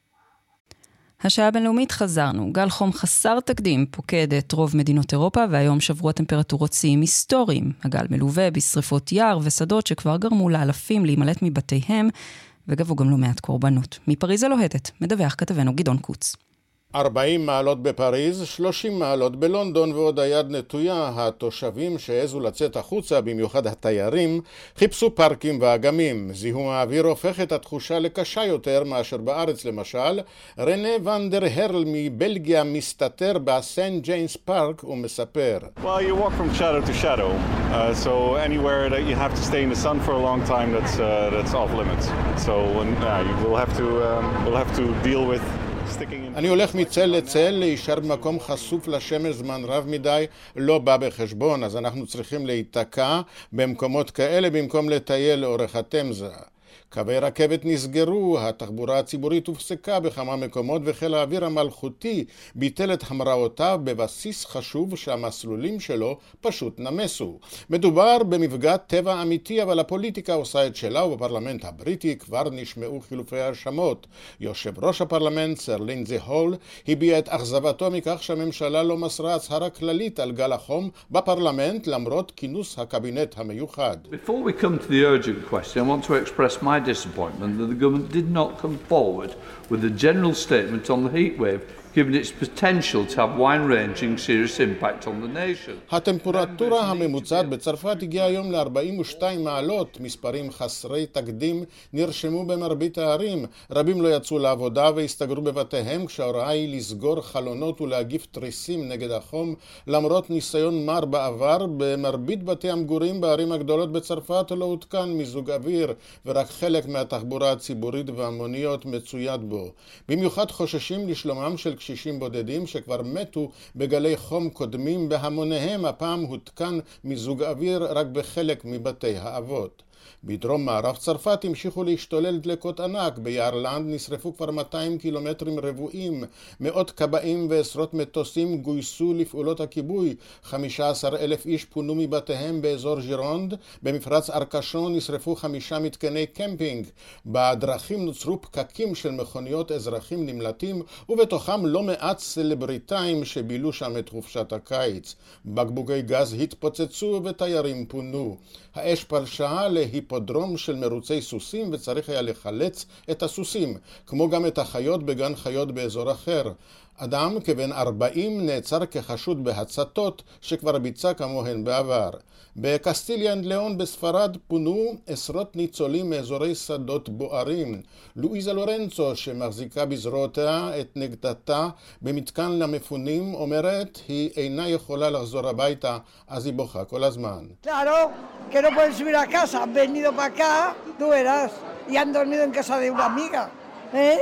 השעה הבינלאומית חזרנו. גל חום חסר תקדים פוקד את רוב מדינות אירופה, והיום שברו טמפרטורות שיאים היסטוריים. הגל מלווה בשריפות יער ושדות שכבר גרמו לאלפים להימלט מבתיהם, וגבו גם לא מעט קורבנות. מפריז הלוהטת, מדווח כתבנו גדעון קוץ. ארבעים מעלות בפריז, שלושים מעלות בלונדון ועוד היד נטויה. התושבים שהעזו לצאת החוצה, במיוחד התיירים, חיפשו פארקים ואגמים. זיהום האוויר הופך את התחושה לקשה יותר מאשר בארץ למשל. רנה ונדר הרל מבלגיה מסתתר בסנט ג'יינס פארק ומספר. Well, you walk from shadow to shadow, uh, so anywhere that you have to stay in the sun for a long time, that's uh, that's off limits. So uh, you will have to um, will have to deal with. אני הולך מצל לצל, להישאר במקום חשוף לשמש זמן רב מדי, לא בא בחשבון, אז אנחנו צריכים להיתקע במקומות כאלה במקום לטייל לאורך התמזה. קווי רכבת נסגרו, התחבורה הציבורית הופסקה בכמה מקומות, וחיל האוויר המלכותי ביטל את המראותיו בבסיס חשוב שהמסלולים שלו פשוט נמסו. מדובר במפגע טבע אמיתי, אבל הפוליטיקה עושה את שלה, ובפרלמנט הבריטי כבר נשמעו חילופי האשמות. יושב ראש הפרלמנט, סר לינדזי הול, הביע את אכזבתו מכך שהממשלה לא מסרה הצהרה כללית על גל החום בפרלמנט, למרות כינוס הקבינט המיוחד. Before we come to the urgent question, I want to express my disappointment that the government did not come forward with a general statement on the heat wave, given its potential to have wide-ranging serious impact on the nation. הטמפרטורה הממוצעת בצרפת הגיעה היום ל-ארבעים ושתיים מעלות, מספרים חסרי תקדים נרשמו במרבית הערים. רבים לא יצאו לעבודה והסתגרו בבתיהם, כשההוראה היא לסגור חלונות ולהגיף תריסים נגד החום, למרות ניסיון מר בעבר. במרבית בתי המגורים בערים הגדולות בצרפת לא הותקן מיזוג אוויר, ורק חלק מהתחבורה הציבורית והמוניות מצויד בו. במיוחד חוששים לשלומם של קשישים בודדים שכבר מתו בגלי חום קודמים בהמוניהם, הפעם הותקן מיזוג אוויר רק בחלק מבתי האבות. בדרום מערב צרפת המשיכו להשתולל דלקות ענק. ביערלנד נשרפו כבר מאתיים קילומטרים רבועים. מאות כבאים ועשרות מטוסים גויסו לפעולות הכיבוי. חמישה עשר אלף איש פונו מבתיהם באזור ז'ירונד. במפרץ ארקשון נשרפו חמישה מתקני קמפינג. בדרכים נוצרו פקקים של מכוניות אזרחים נמלטים, ובתוכם לא מעט סלבריטאים שבילו שם את חופשת הקיץ. בקבוקי גז התפוצצו ותיירים פונו. האש פלשה להיפודרום של מרוצי סוסים וצריך היה לחלץ את הסוסים, כמו גם את החיות בגן חיות באזור אחר. אדם כבן ארבעים נעצר כחשוד בהצתות שכבר ביצע כמוהן בעבר. בקסטיליאן ליאון בספרד פונו עשרות ניצולים מאזורי שדות בוערים. לואיזה לורנצו, שמחזיקה בזרועותיה את נגדתה במתקן למפונים, אומרת היא אינה יכולה לחזור הביתה, אז היא בוכה כל הזמן. Claro, que no pueden subir a casa, han venido para acá, tú verás, y han dormido en casa de una amiga. ¿Eh?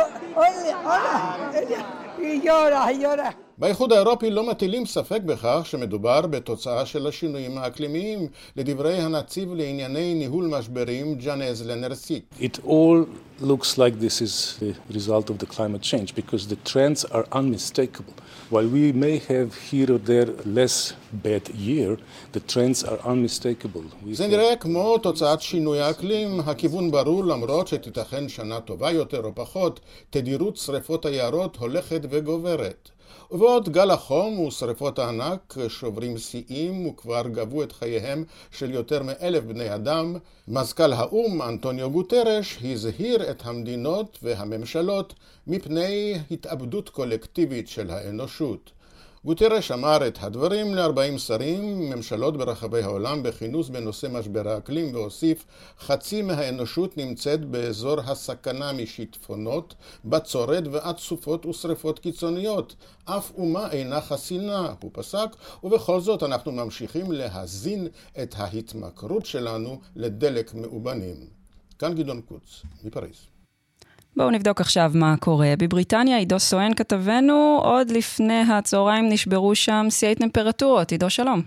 Hola, hola. היא יורה, היא יורה. באיחוד האירופי לא מטילים ספק בכך שמדובר בתוצאה של השינויים האקלימיים, לדברי הנציב לענייני ניהול משברים ג'אנז לנרסיק. It all looks like this is the result of the climate change because the trends are unmistakable. While we may have here or there less bad year, the trends are unmistakable. זה נראה כמו תוצאת שינוי האקלים. הכיוון ברור למרות שתיתכן שנה טובה יותר או פחות, תדירות שריפות היערות הולכת וגוברת. ובעוד גל החום ושריפות הענק שוברים שיאים וכבר גבו את חייהם של יותר מאלף בני אדם, מזכ"ל האום אנטוניו גוטרש הזהיר את המדינות והממשלות מפני התאבדות קולקטיבית של האנושות. גוטרש אמר את הדברים ל-ארבעים שרים, ממשלות ברחבי העולם בכינוס בנושא משבר האקלים, והוסיף, חצי מהאנושות נמצאת באזור הסכנה משיטפונות, בצורת ועד סופות ושריפות קיצוניות. אף אומה אינה חסינה, הוא פסק, ובכל זאת אנחנו ממשיכים להזין את ההתמכרות שלנו לדלק מאובנים. כאן גדעון קוץ, מפריז. בואו נבדוק עכשיו מה קורה. בבריטניה, עידו סואן כתבנו, עוד לפני הצהריים נשברו שם שיאי טמפרטורות. עידו, שלום.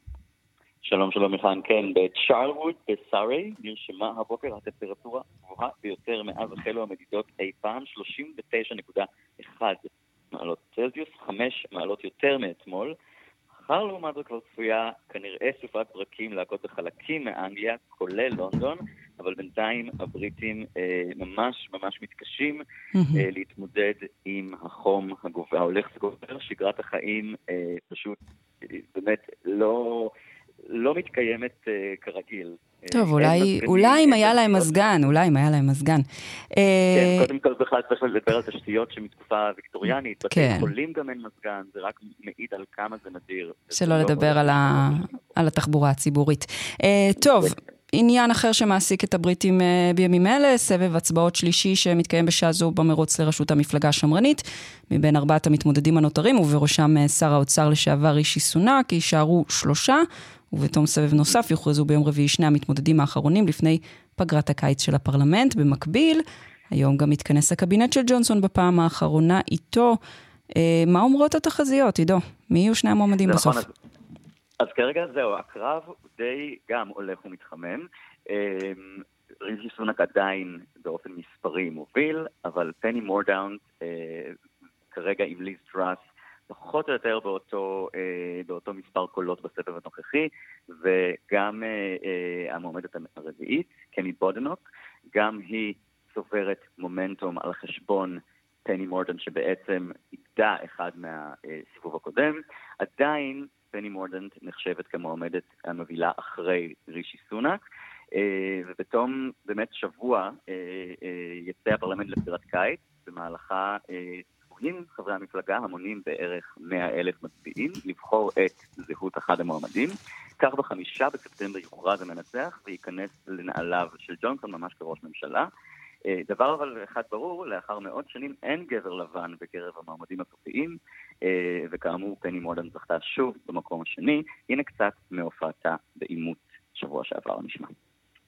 שלום, שלום מיכן. כן, בצ'ארלווד, בסארי, נרשמה הבוקר הטמפרטורה גבוהה ביותר מאז החלו המדידות אי פעם, שלושים ותשע נקודה אחת מעלות צלזיוס, חמש מעלות יותר מאתמול. מחר לעומת זאת כבר צפויה כנראה סופת ברקים להכות בחלקים מאנגליה, כולל לונדון, אבל בינתיים הבריטים אה, ממש ממש מתקשים אה, להתמודד עם החום הגובה, ההולך וגובר. שגרת החיים אה, פשוט אה, באמת לא, לא מתקיימת אה, כרגיל. טוב, אולי, אולי אם היה להם מזגן, אולי אם היה להם מזגן. כן, קודם כל בכלל צריך לדבר על תשתיות שמתקופה ויקטוריאנית, בתי חולים גם אין מזגן, זה רק מעיד על כמה זה נדיר. שלא לדבר על התחבורה הציבורית. טוב, עניין אחר שמעסיק את הבריטים בימים אלה, סבב הצבעות שלישי שמתקיים בשעה זו במרוץ לראשות המפלגה השמרנית, מבין ארבעת המתמודדים הנותרים, ובראשם שר האוצר לשעבר רישי סונאק, יישארו שלושה, ובתום סבב נוסף יוכרזו ביום רביעי שני המתמודדים האחרונים לפני פגרת הקיץ של הפרלמנט. במקביל, היום גם מתכנס הקבינט של ג'ונסון בפעם האחרונה איתו. אה, מה אומרות התחזיות, עידו? מי יהיו שני המועמדים בסוף? נכון, אז, אז כרגע זהו, הקרב די גם הולך ומתחמם. אה, רישי סונאק עדיין באופן מספרי מוביל, אבל פני מורדאונט אה, כרגע עם ליז טראס, פחות או יותר באותו, אה, באותו מספר קולות בסבב הנוכחי, וגם אה, אה, המועמדת הרביעית, קמי בודנוק, גם היא סופרת מומנטום על חשבון פני מורדן, שבעצם איבדה אחד מהסיבוב הקודם. עדיין פני מורדן נחשבת כמועמדת המובילה אחרי רישי סונאק, אה, ובתום באמת שבוע אה, אה, יצא הפרלמנט לפגרת קיץ, במהלכה אה, חברי המפלגה המונים בערך מאה אלף מצביעים לבחור את זהות אחד המועמדים. כך בחמישה בספטמבר יוכרז המנצח וייכנס לנעליו של ג'ונסון ממש כראש ממשלה. דבר אבל אחד ברור, לאחר מאות שנים אין גבר לבן בקרב המועמדים הסופיים, וכאמור פני מורדן זכתה שוב במקום השני. הנה קצת מהופעתה באימות שבוע שעבר נשמע.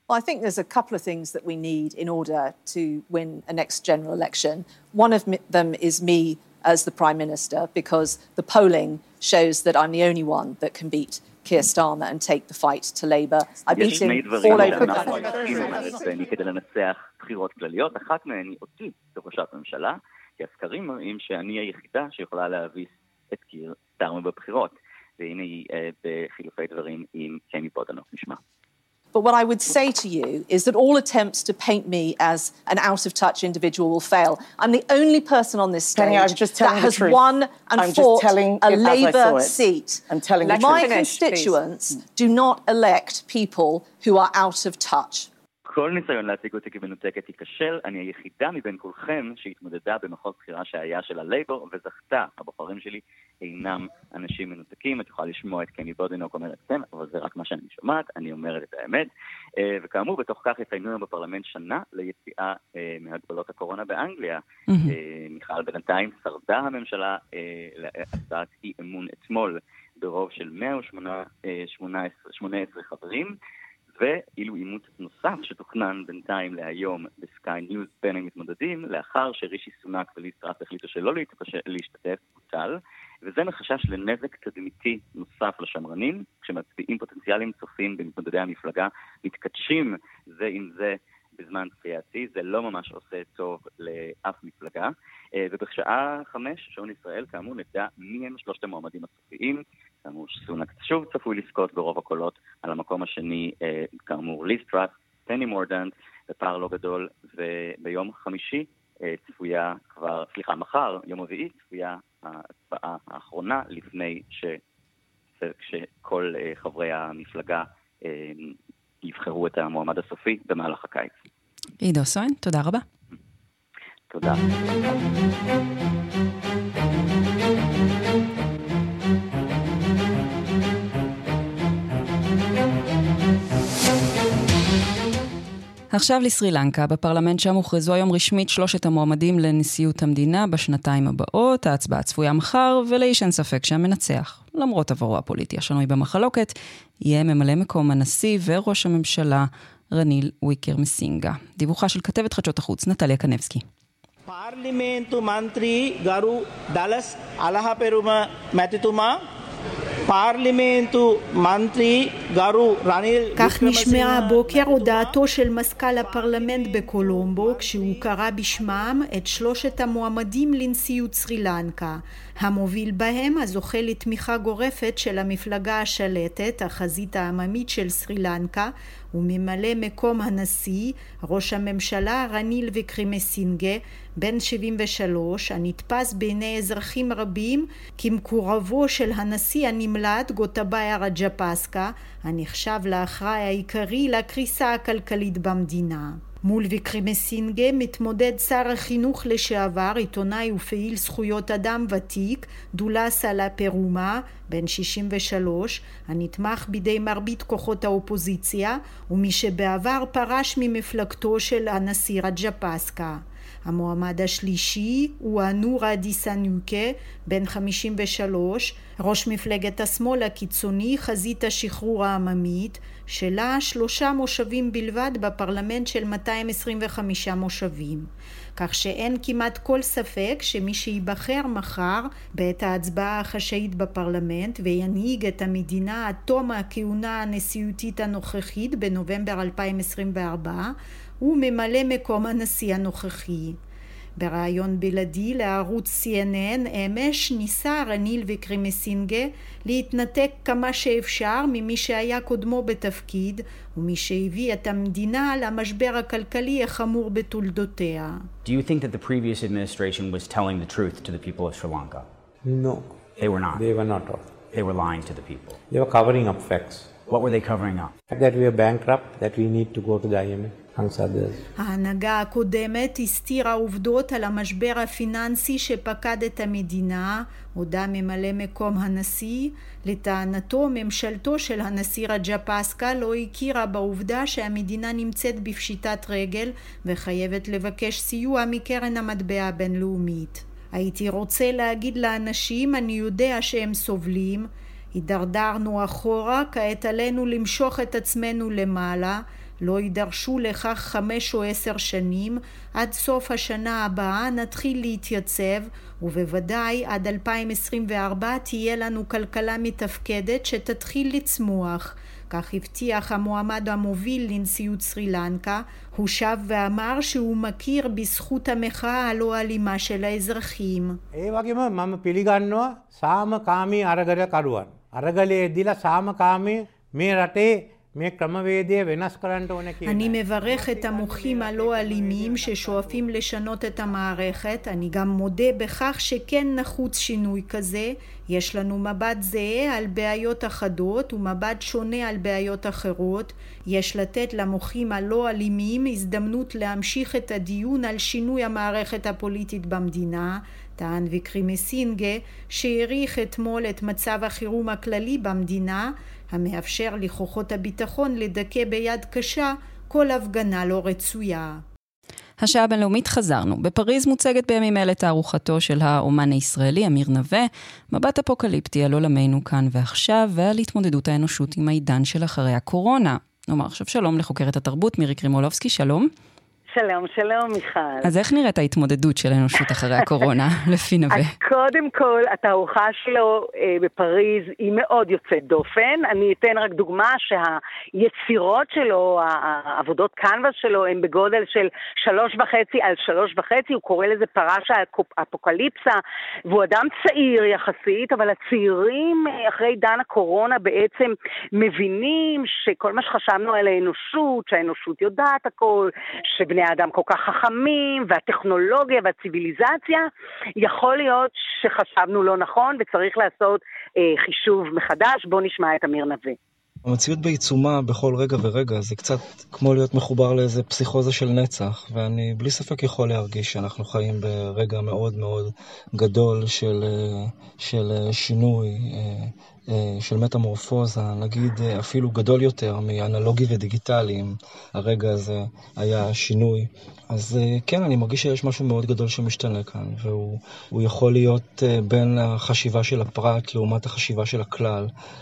Well, I think there's a couple of things that we need in order to win a next general election. One of them is me as the Prime Minister, because the polling shows that I'm the only one that can beat Keir Starmer and take the fight to Labour. I beat him all over the country. כדי לנצח בחירות כלליות, אחת מהן היא אותי כראשת ממשלה, כי הסקרים מראים שאני היחידה שיכולה להביס את קיר סטארמר בבחירות, והנה היא בחילופי דברים עם קמי בודנוק, נשמע. But what I would say to you is that all attempts to paint me as an out-of-touch individual will fail. I'm the only person on this stage Penny, I'm just that has truth. won and I'm fought a Labour seat. I'm telling My the truth. constituents do not elect people who are out of touch. כל ניסיון להציג אותי כמנותקת ייכשל, אני היחידה מבין כולכם שהתמודדה במחוז בחירה שהיה של הלייבור וזכתה. הבוחרים שלי אינם אנשים מנותקים. את יכולה לשמוע את קמי בודנוק אומרת כן, אבל זה רק מה שאני שומעת, אני אומרת את האמת. וכאמור, בתוך כך יציינו בפרלמנט שנה ליציאה מהגבלות הקורונה באנגליה. מיכל, בינתיים שרדה הממשלה להצעת אי אמון אתמול ברוב של מאה ושמונה עשרה חברים, ואילו אימות נוסף שתוכנן בינתיים להיום בסקיי ניוז בין המתמודדים, לאחר שרישי סונאק וליז טראס החליטו שלא להשתתף בוטל, וזה מחשש לנזק תדמיתי נוסף לשמרנים, כשמצביעים פוטנציאליים צופים במתמודדי המפלגה מתקדשים זה עם זה בזמן צפייתי, זה לא ממש עושה טוב לאף מפלגה, ובשעה חמש, שעון ישראל, כאמור נדע מי הם שלושת המועמדים הסופיים. כאמור סונאק שוב צפוי לזכות ברוב הקולות, על המקום השני כאמור ליז טראס, פני מורדנט, בפער לא גדול, וביום חמישי צפויה כבר, סליחה, מחר, יום רביעי, צפויה ההצבעה האחרונה לפני ש, שכל חברי המפלגה יבחרו את המועמד הסופי במהלך הקיץ. עידו סואן, תודה רבה. תודה. עכשיו לסרי לנקה, בפרלמנט שם הוכרזו היום רשמית שלושת המועמדים לנשיאות המדינה בשנתיים הבאות, ההצבעה צפויה מחר, ולאיש אין ספק שהמנצח, למרות עברו הפוליטי השנוי במחלוקת, יהיה ממלא מקום הנשיא וראש הממשלה רניל וויקרמסינגה. דיווחה של כתבת חדשות החוץ, נטליה קנבסקי. පාර්ලිමේන්තු මන්ත්‍රී ගරු දලස් අලහපෙරුම මැතිතුමා פרלמנטו מנטרי גרו רניל. כך נשמעה הבוקר הודעתו של מזכ"ל הפרלמנט בקולומבו כשהוא קרא בשמם את שלושת המועמדים לנשיאות סרי לנקה. המוביל בהם הזוכה לתמיכה גורפת של המפלגה השלטת, החזית העממית של סרי לנקה, וממלא מקום הנשיא, ראש הממשלה רניל ויקרמסינגה, בן שבעים ושלוש, הנתפס בעיני אזרחים רבים כמקורבו של הנשיא הנמלט גוטבאיה רג'פסקה, הנחשב לאחראי העיקרי לקריסה הכלכלית במדינה. מול ויקרמסינגה מתמודד שר החינוך לשעבר, עיתונאי ופעיל זכויות אדם ותיק, דולס אלהפרומה, בן שישים ושלוש, הנתמך בידי מרבית כוחות האופוזיציה, ומי שבעבר פרש ממפלגתו של הנשיא רג'פסקה. המועמד השלישי הוא אנור אדיסניוקה, בן חמישים ושלוש, ראש מפלגת השמאל הקיצוני, חזית השחרור העממית, שלה שלושה מושבים בלבד בפרלמנט של מאתיים עשרים וחמישה מושבים. כך שאין כמעט כל ספק שמי שיבחר מחר בעת ההצבעה החשאית בפרלמנט וינהיג את המדינה עד תום הכהונה הנשיאותית הנוכחית בנובמבר אלפיים עשרים וארבע, הוא ממלא מקום הנשיא הנוכחי. בראיון בלעדי לערוץ סי אן אן אמש ניסה רניל ויקרמסינגה להתנתק כמה שאפשר ממי שהיה קודמו בתפקיד ומי שהביא את המדינה למשבר הכלכלי החמור בתולדותיה. Do you think that the previous administration was telling the truth to the people of Sri Lanka? No. They were not. They were not. They were lying to the people. They were covering up facts. What were they covering up? That we are bankrupt, that we need to go to the I M F. ההנהגה הקודמת הסתירה עובדות על המשבר הפיננסי שפקד את המדינה, הודע ממלא מקום הנשיא. לטענתו, ממשלתו של הנשיא רג'פסקה לא הכירה בעובדה שהמדינה נמצאת בפשיטת רגל וחייבת לבקש סיוע מקרן המטבע הבינלאומית. הייתי רוצה להגיד לאנשים, אני יודע שהם סובלים, הידרדרנו אחורה, כעת עלינו למשוך את עצמנו למעלה, לא יידרשו לכך חמש או עשר שנים, עד סוף השנה הבאה נתחיל להתייצב, ובוודאי עד אלפיים עשרים וארבע תהיה לנו כלכלה מתפקדת שתתחיל לצמוח. כך הבטיח המועמד המוביל לנשיאות סרי לנקה. הוא שב ואמר שהוא מכיר בזכות המחאה הלא אלימה של האזרחים. ඒ වගේම මම පිළිගන්නවා සාමකාමී අරගලකරුවන්. අරගලයේ දීලා සාමකාමී මේ රටේ මේ ක්‍රමවේදය වෙනස් කරන්න ඕනේ කියලා. אני מברך את המוחים הלא אלימים ששואפים לשנות את המערכת. אני גם מודה בכך שכן נחוץ שינוי כזה. יש לנו מבט זהה על בעיות אחדות ומבט שונה על בעיות אחרות. יש לתת למוחים הלא אלימים הזדמנות להמשיך את הדיון על שינוי המערכת הפוליטית במדינה. טען ויקרמסינגה שהעריך אתמול את מצב החירום הכללי במדינה, המאפשר לכוחות הביטחון לדכא ביד קשה כל הפגנה לא רצויה. השעה הבינלאומית חזרנו. בפריז מוצגת בימים אלה תערוכתו של האומן הישראלי אמיר נווה, מבט אפוקליפטי על עולמנו כאן ועכשיו ועל התמודדות האנושות עם העידן של אחרי הקורונה. נאמר עכשיו שלום לחוקרת התרבות מירי קרימולובסקי, שלום. שלום, שלום מיכל. אז איך נראית ההתמודדות של האנושות אחרי הקורונה, לפי נווה? קודם כל, התערוכה שלו אה, בפריז היא מאוד יוצאת דופן. אני אתן רק דוגמה שהיצירות שלו, העבודות קנבס שלו, הן בגודל של שלוש וחצי על שלוש וחצי. הוא קורא לזה פרשה אפוקליפסה, והוא אדם צעיר יחסית, אבל הצעירים אחרי עידן הקורונה בעצם מבינים שכל מה שחשבנו על האנושות, שהאנושות יודעת הכל, שבני האדם כל כך חכמים, והטכנולוגיה והציביליזציה, יכול להיות שחשבנו לא נכון, וצריך לעשות אה, חישוב מחדש. בוא נשמע את אמיר נווה. המציאות בעיצומה בכל רגע ורגע, זה קצת כמו להיות מחובר לאיזה פסיכוזה של נצח, ואני בלי ספק יכול להרגיש שאנחנו חיים ברגע מאוד מאוד גדול של, של שינוי, של מטמורפוזה, נגיד אפילו גדול יותר מאנלוגי ודיגיטלי, אם הרגע הזה היה שינוי. אז כן, אני מרגיש שיש משהו מאוד גדול שמשתנה כאן, והוא יכול להיות בין החשיבה של הפרט לעומת החשיבה של הכלל.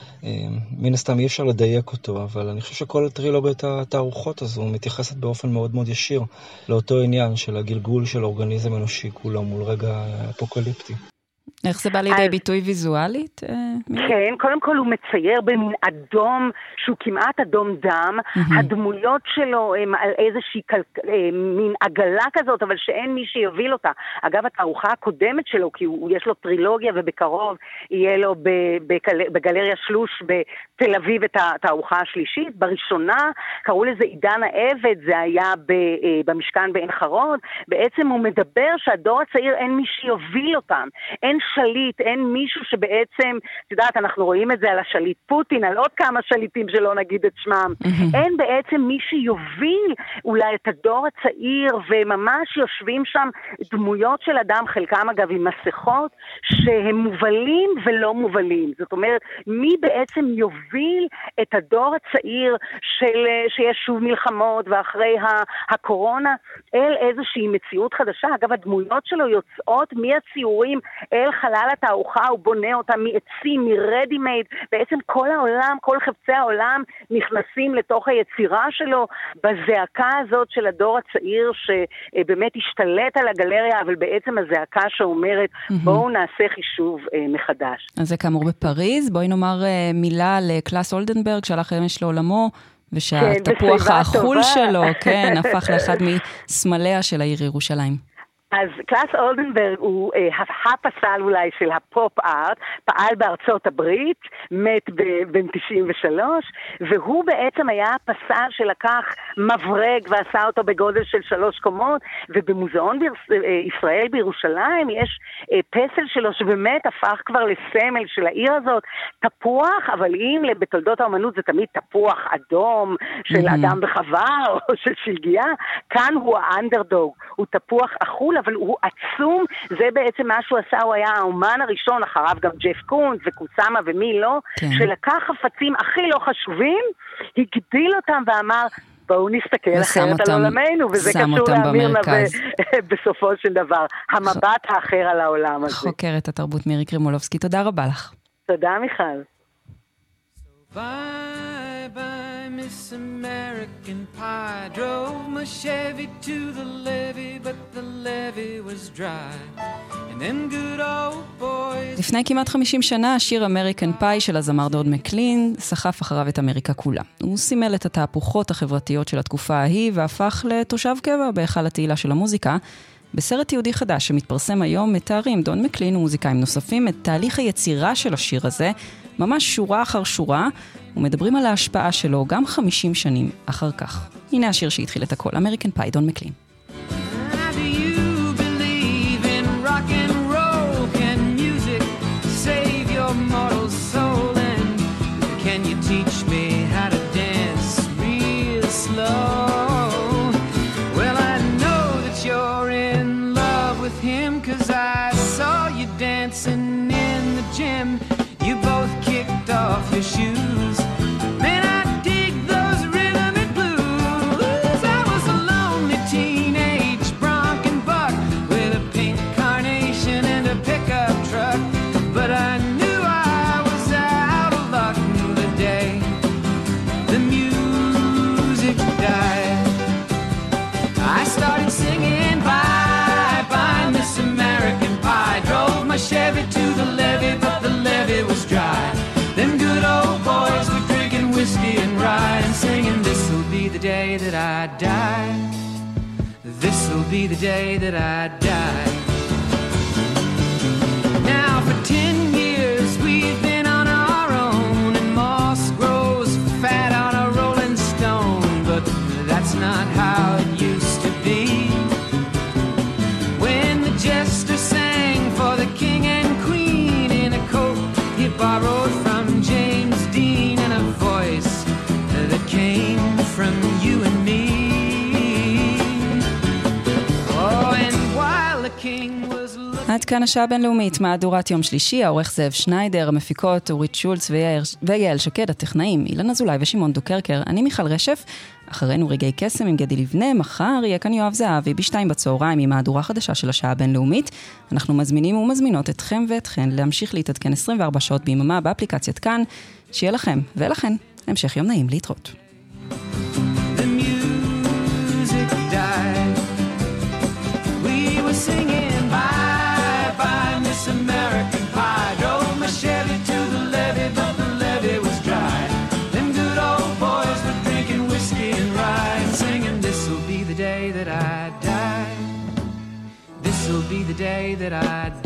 מן הסתם אי אפשר לדייק אותו, אבל אני חושב שכל טרילוגיית התערוכות הזו מתייחסת באופן מאוד מאוד ישיר לאותו עניין של הגלגול של אורגניזם אנושי כולו מול רגע אפוקליפטי. איך זה בא לידי ביטוי ויזואלית? כן, קודם כל הוא מצייר במין אדום, שהוא כמעט אדום דם. הדמויות שלו הם על איזושהי מין עגלה כזאת, אבל שאין מי שיוביל אותה. אגב, התערוכה הקודמת שלו, כי יש לו טרילוגיה ובקרוב יהיה לו בגלריה שלוש בתל אביב את התערוכה השלישית. בראשונה קראו לזה עידן העבד, זה היה במשכן בעין חרוד. בעצם הוא מדבר שהדור הצעיר אין מי שיוביל אותם. אין שליט, אין מישהו שבעצם, את יודעת, אנחנו רואים את זה על השליט פוטין, על עוד כמה שליטים שלא נגיד את שמם. אין בעצם מי שיוביל אולי את הדור הצעיר, וממש יושבים שם דמויות של אדם, חלקם אגב עם מסכות, שהם מובלים ולא מובלים. זאת אומרת, מי בעצם יוביל את הדור הצעיר של, שיש שוב מלחמות ואחרי הקורונה, אל איזושהי מציאות חדשה. אגב, הדמויות שלו יוצאות מהציורים אל חלל התערוכה, הוא בונה אותם מעצים, מרדימייד, בעצם כל העולם, כל חפצי העולם נכנסים לתוך היצירה שלו, בזעקה הזאת של הדור הצעיר שבאמת השתלט על הגלריה, אבל בעצם הזעקה שאומרת בואו נעשה חישוב מחדש. אז זה כאמור בפריז. בואי נאמר מילה לקלאס אולדנברג שהלך אמש לעולמו, ושהתפוח האכול שלו, כן, הפך לאחד מסמליה של העיר ירושלים. אז קלאס אולדנברג הוא אה, הפסל אולי של הפופ-ארט, פעל בארצות הברית, מת בן תשעים ושלוש, והוא בעצם היה הפסל שלקח מברג ועשה אותו בגודל של שלוש קומות, ובמוזיאון ביר, אה, ישראל בירושלים יש אה, פסל שלו שבאמת הפך כבר לסמל של העיר הזאת, תפוח, אבל אם בתולדות האמנות זה תמיד תפוח אדום של mm-hmm. אדם בחווה או של שלגיה, כאן הוא האנדרדוג, הוא תפוח אכול, אבל הוא עצום. זה בעצם מה שהוא עשה, הוא היה האומן הראשון, אחריו גם ג'ף קונס וקוסאמה ומי לא, כן. שלקח חפצים הכי לא חשובים, הגדיל אותם ואמר, בואו נסתכל אחרת על עולמנו, וזה קשור לאמיר נווה בסופו של דבר, המבט האחר על העולם הזה. חוקרת התרבות מירי קרימולובסקי, תודה רבה לך. תודה מיכל. Bye bye Miss American Pie. Drove my Chevy to the levee, but the levee was dry. And then good old boys... לפני כמעט חמישים שנה, השיר אמריקן פאי של הזמר דוד מקלין סחף אחריו את אמריקה כולה. הוא סימל את התהפוכות החברתיות של התקופה ההיא, והפך לתושב קבע בהיכל התהילה של המוזיקה. בסרט יהודי חדש שמתפרסם היום מתארים דון מקלין ומוזיקאים נוספים את תהליך היצירה של השיר הזה, ממש שורה אחר שורה, ומדברים על ההשפעה שלו גם חמישים שנים אחר כך. הנה השיר שהתחיל את הכל, אמריקן פאי, דון מקלין. Mortal soul, and can you teach me how to dance real slow? Well, I know that you're in love with him, 'cause I saw you dancing in the gym. You both kicked off your shoes. Man, I dig those rhythm and blues. I was a lonely teenage bronc and buck with a pink carnation and a pickup truck, but I knew Chevy to the levee, but the levee was dry. Them good old boys were drinking whiskey and rye and singing, this'll be the day that I die. This'll be the day that I die. Now for ten years we've been on our own, and moss grows fat on a rolling stone, but that's not how it used to be. When the jester sang for the king and queen in a coat he borrowed from James Dean, and a voice that came from you and me. Oh, and while the king was looking... עד כאן השעה הבינלאומית, מהדורת יום שלישי, העורך זאב שניידר, המפיקות אורית שולץ ויעל שקד, הטכנאים אילן אזולאי ושמעון דוקרקר, אני מיכל רשף. אחרינו רגעי קסם עם גדי לבנה, מחר יהיה כאן יואב זהבי בשתיים בצהריים עם מהדורה חדשה של השעה הבינלאומית. אנחנו מזמינים ומזמינות אתכם ואתכן להמשיך להתעדכן עשרים וארבע שעות ביממה באפליקציית כאן. שיהיה לכם ולכן המשך יום נעים, להתראות. The music died. We were singing bye bye Miss American Pie. Drove my Chevy to the levee, but the levee was dry. Them good old boys were drinking whiskey and rye and singing, this'll be the day that I die. This'll be the day that I die.